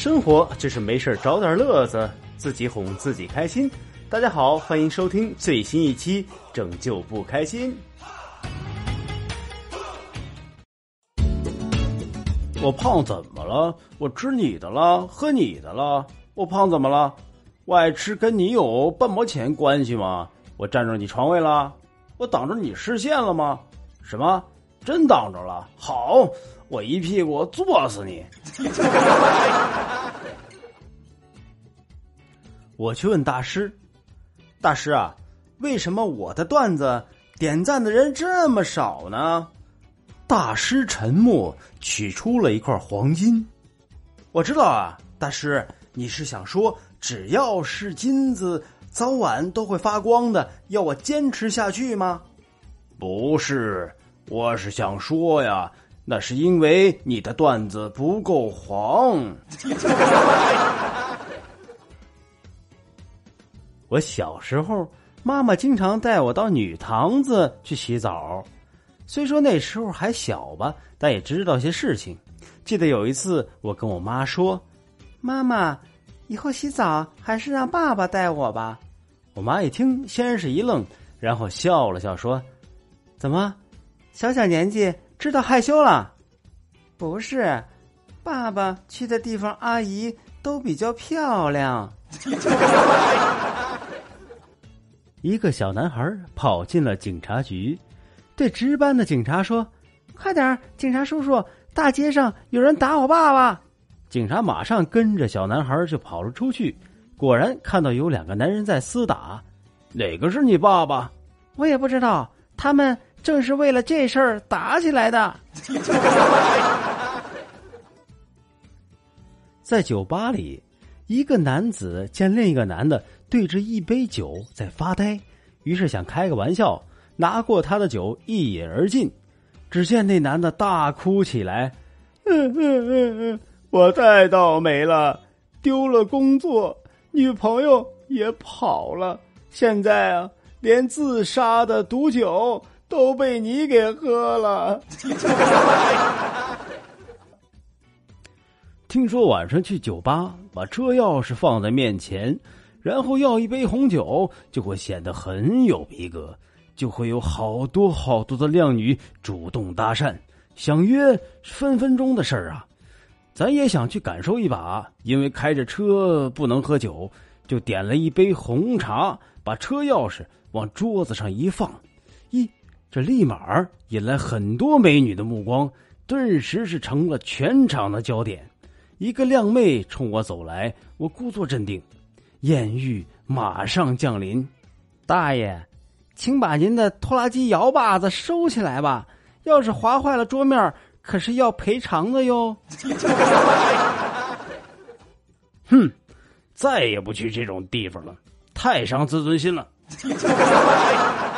生活就是没事找点乐子，自己哄自己开心。大家好，欢迎收听最新一期《拯救不开心》。 我胖怎么了？我吃你的了，喝你的了。我胖怎么了？我爱吃跟你有半毛钱关系吗？我占着你床位了？我挡着你视线了吗？什么？真挡着了？好，我一屁股坐死你！ 我去问大师，大师啊，为什么我的段子点赞的人这么少呢？大师沉默，取出了一块黄金。我知道啊，大师，你是想说只要是金子早晚都会发光的，要我坚持下去吗？ 不是，我是想说呀，那是因为你的段子不够黄。 我小时候，妈妈经常带我到女堂子去洗澡。虽说那时候还小吧，但也知道些事情。记得有一次，我跟我妈说：“妈妈，以后洗澡还是让爸爸带我吧。”我妈一听，先是一愣，然后笑了笑说：“怎么，小小年纪知道害羞了？不是，爸爸去的地方，阿姨都比较漂亮。”一个小男孩跑进了警察局，对值班的警察说：“快点，警察叔叔，大街上有人打我爸爸！”警察马上跟着小男孩就跑了出去，果然看到有两个男人在厮打。 哪个是你爸爸？ 我也不知道，他们正是为了这事儿打起来的。在酒吧里，一个男子见另一个男的对着一杯酒在发呆，于是想开个玩笑，拿过他的酒一饮而尽。只见那男的大哭起来：“我太倒霉了，丢了工作，女朋友也跑了，现在啊，连自杀的毒酒都被你给喝了。”听说晚上去酒吧，把车钥匙放在面前，然后要一杯红酒，就会显得很有逼格，就会有好多好多的靓女主动搭讪，想约分分钟的事儿啊。咱也想去感受一把，因为开着车不能喝酒，就点了一杯红茶，把车钥匙往桌子上一放，这立马引来很多美女的目光，顿时是成了全场的焦点。一个靓妹冲我走来，我故作镇定，艳遇马上降临。大爷，请把您的拖拉机摇把子收起来吧，要是划坏了桌面，可是要赔偿的哟。 哼，再也不去这种地方了，太伤自尊心了。